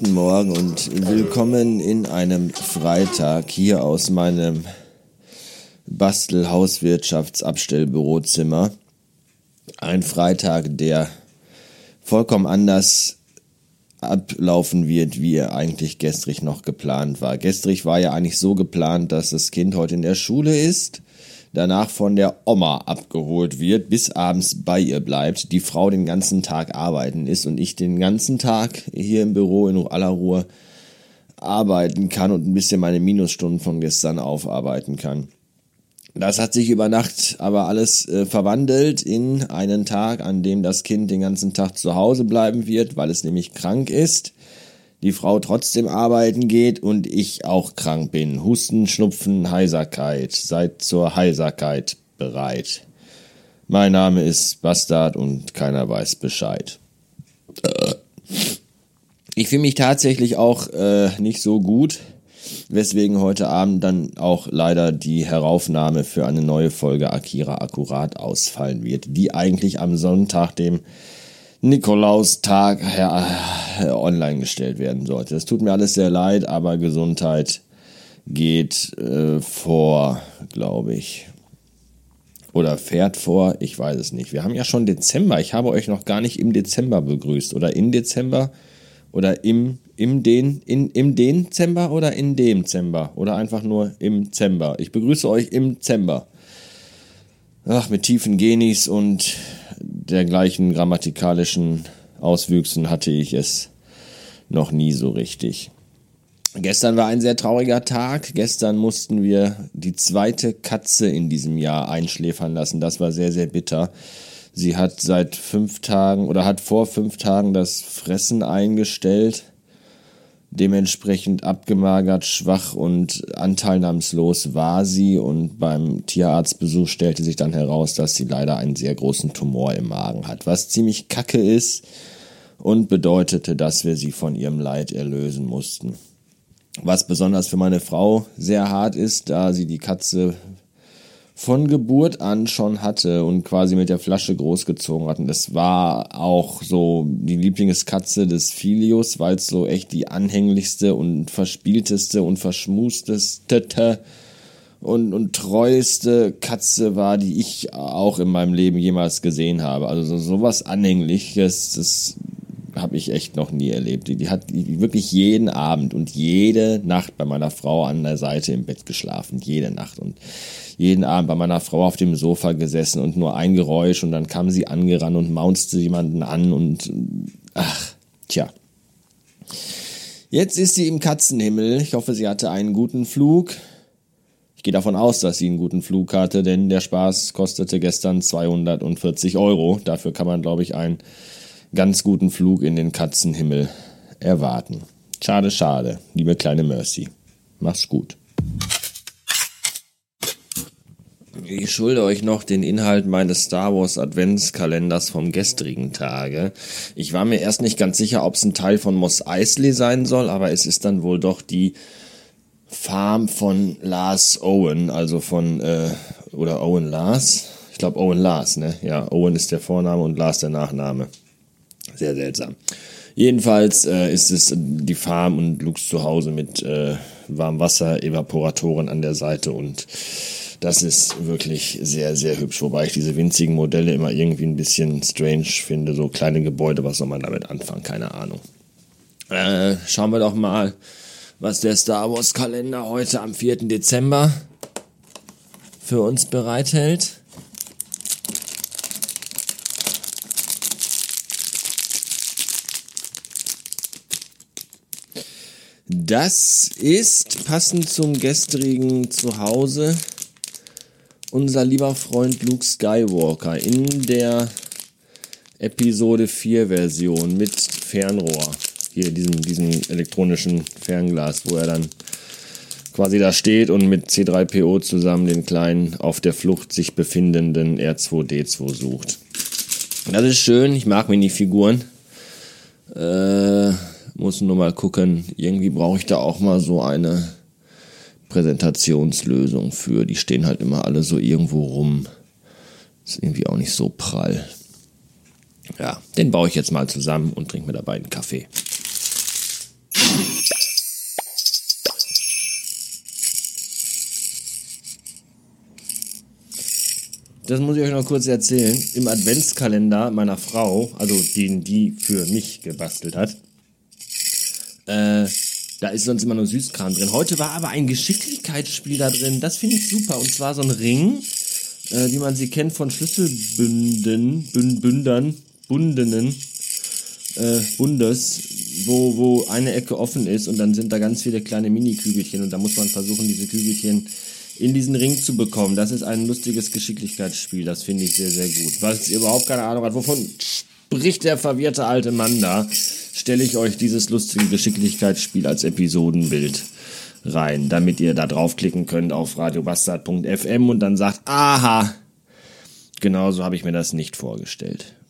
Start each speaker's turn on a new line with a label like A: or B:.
A: Guten Morgen und willkommen in einem Freitag hier aus meinem Bastel-Hauswirtschafts-Abstellbürozimmer. Ein Freitag, der vollkommen anders ablaufen wird, wie er eigentlich gestrig noch geplant war. Gestrig war ja eigentlich so geplant, dass das Kind heute in der Schule ist, danach von der Oma abgeholt wird, bis abends bei ihr bleibt, die Frau den ganzen Tag arbeiten ist und ich den ganzen Tag hier im Büro in aller Ruhe arbeiten kann und ein bisschen meine Minusstunden von gestern aufarbeiten kann. Das hat sich über Nacht aber alles verwandelt in einen Tag, an dem das Kind den ganzen Tag zu Hause bleiben wird, weil es nämlich krank ist, die Frau trotzdem arbeiten geht und ich auch krank bin. Husten, Schnupfen, Heiserkeit. Seid zur Heiserkeit bereit. Mein Name ist Bastard und keiner weiß Bescheid. Ich fühle mich tatsächlich auch nicht so gut, weswegen heute Abend dann auch leider die Heraufnahme für eine neue Folge Akira Akkurat ausfallen wird, die eigentlich am Sonntag, dem Nikolaustag, online gestellt werden sollte. Das tut mir alles sehr leid, aber Gesundheit geht vor, glaube ich. Oder fährt vor, ich weiß es nicht. Wir haben ja schon Dezember. Ich habe euch noch gar nicht im Dezember begrüßt. Oder in Dezember. Oder im Dezember oder in dem Dezember. Oder einfach nur im Dezember. Ich begrüße euch im Dezember. Ach, mit tiefen Genis und dergleichen grammatikalischen Auswüchsen hatte ich es noch nie so richtig. Gestern war ein sehr trauriger Tag. Gestern mussten wir die zweite Katze in diesem Jahr einschläfern lassen. Das war sehr, sehr bitter. Sie hat seit 5 Tagen oder hat vor 5 Tagen das Fressen eingestellt. Dementsprechend abgemagert, schwach und anteilnahmslos war sie und beim Tierarztbesuch stellte sich dann heraus, dass sie leider einen sehr großen Tumor im Magen hat, was ziemlich kacke ist und bedeutete, dass wir sie von ihrem Leid erlösen mussten. Was besonders für meine Frau sehr hart ist, da sie die Katze von Geburt an schon hatte und quasi mit der Flasche großgezogen hatten. Das war auch so die Lieblingskatze des Filius, weil es so echt die anhänglichste und verspielteste und verschmusteste und treueste Katze war, die ich auch in meinem Leben jemals gesehen habe. Also sowas Anhängliches, das habe ich echt noch nie erlebt. Die hat wirklich jeden Abend und jede Nacht bei meiner Frau an der Seite im Bett geschlafen. Jede Nacht und jeden Abend bei meiner Frau auf dem Sofa gesessen und nur ein Geräusch und dann kam sie angerannt und maunzte jemanden an und tja. Jetzt ist sie im Katzenhimmel. Ich hoffe, sie hatte einen guten Flug. Ich gehe davon aus, dass sie einen guten Flug hatte, denn der Spaß kostete gestern 240 €. Dafür kann man, glaube ich, einen ganz guten Flug in den Katzenhimmel erwarten. Schade, schade, liebe kleine Mercy. Mach's gut. Ich schulde euch noch den Inhalt meines Star Wars Adventskalenders vom gestrigen Tage. Ich war mir erst nicht ganz sicher, ob es ein Teil von Mos Eisley sein soll, aber es ist dann wohl doch die Farm von Lars Owen, also von, oder Owen Lars? Ich glaube Owen Lars, ne? Ja, Owen ist der Vorname und Lars der Nachname. Sehr seltsam. Jedenfalls ist es die Farm und Lukes Zuhause mit Warmwasser-Evaporatoren an der Seite und das ist wirklich sehr, sehr hübsch, wobei ich diese winzigen Modelle immer irgendwie ein bisschen strange finde, so kleine Gebäude, was soll man damit anfangen, keine Ahnung. Schauen wir doch mal, was der Star Wars Kalender heute am 4. Dezember für uns bereithält. Das ist, passend zum gestrigen Zuhause, unser lieber Freund Luke Skywalker in der Episode 4 Version mit Fernrohr. Hier diesem elektronischen Fernglas, wo er dann quasi da steht und mit C3PO zusammen den kleinen auf der Flucht sich befindenden R2-D2 sucht. Das ist schön, ich mag Minifiguren. Muss nur mal gucken, irgendwie brauche ich da auch mal so eine Präsentationslösung für. Die stehen halt immer alle so irgendwo rum. Ist irgendwie auch nicht so prall. Ja, den baue ich jetzt mal zusammen und trinke mir dabei einen Kaffee. das muss ich euch noch kurz erzählen, im Adventskalender meiner Frau, also den die für mich gebastelt hat, da ist sonst immer nur Süßkram drin. Heute war aber ein Geschicklichkeitsspiel da drin, das finde ich super. Und zwar so ein Ring, wie man sie kennt von Schlüsselbündenen, Bundes, wo eine Ecke offen ist und dann sind da ganz viele kleine Mini-Kügelchen und da muss man versuchen, diese Kügelchen in diesen Ring zu bekommen. Das ist ein lustiges Geschicklichkeitsspiel, das finde ich sehr, sehr gut. Was ihr überhaupt keine Ahnung habt, wovon spricht der verwirrte alte Mann da, stelle ich euch dieses lustige Geschicklichkeitsspiel als Episodenbild rein, damit ihr da draufklicken könnt auf radiobastard.fm und dann sagt, aha, genauso habe ich mir das nicht vorgestellt.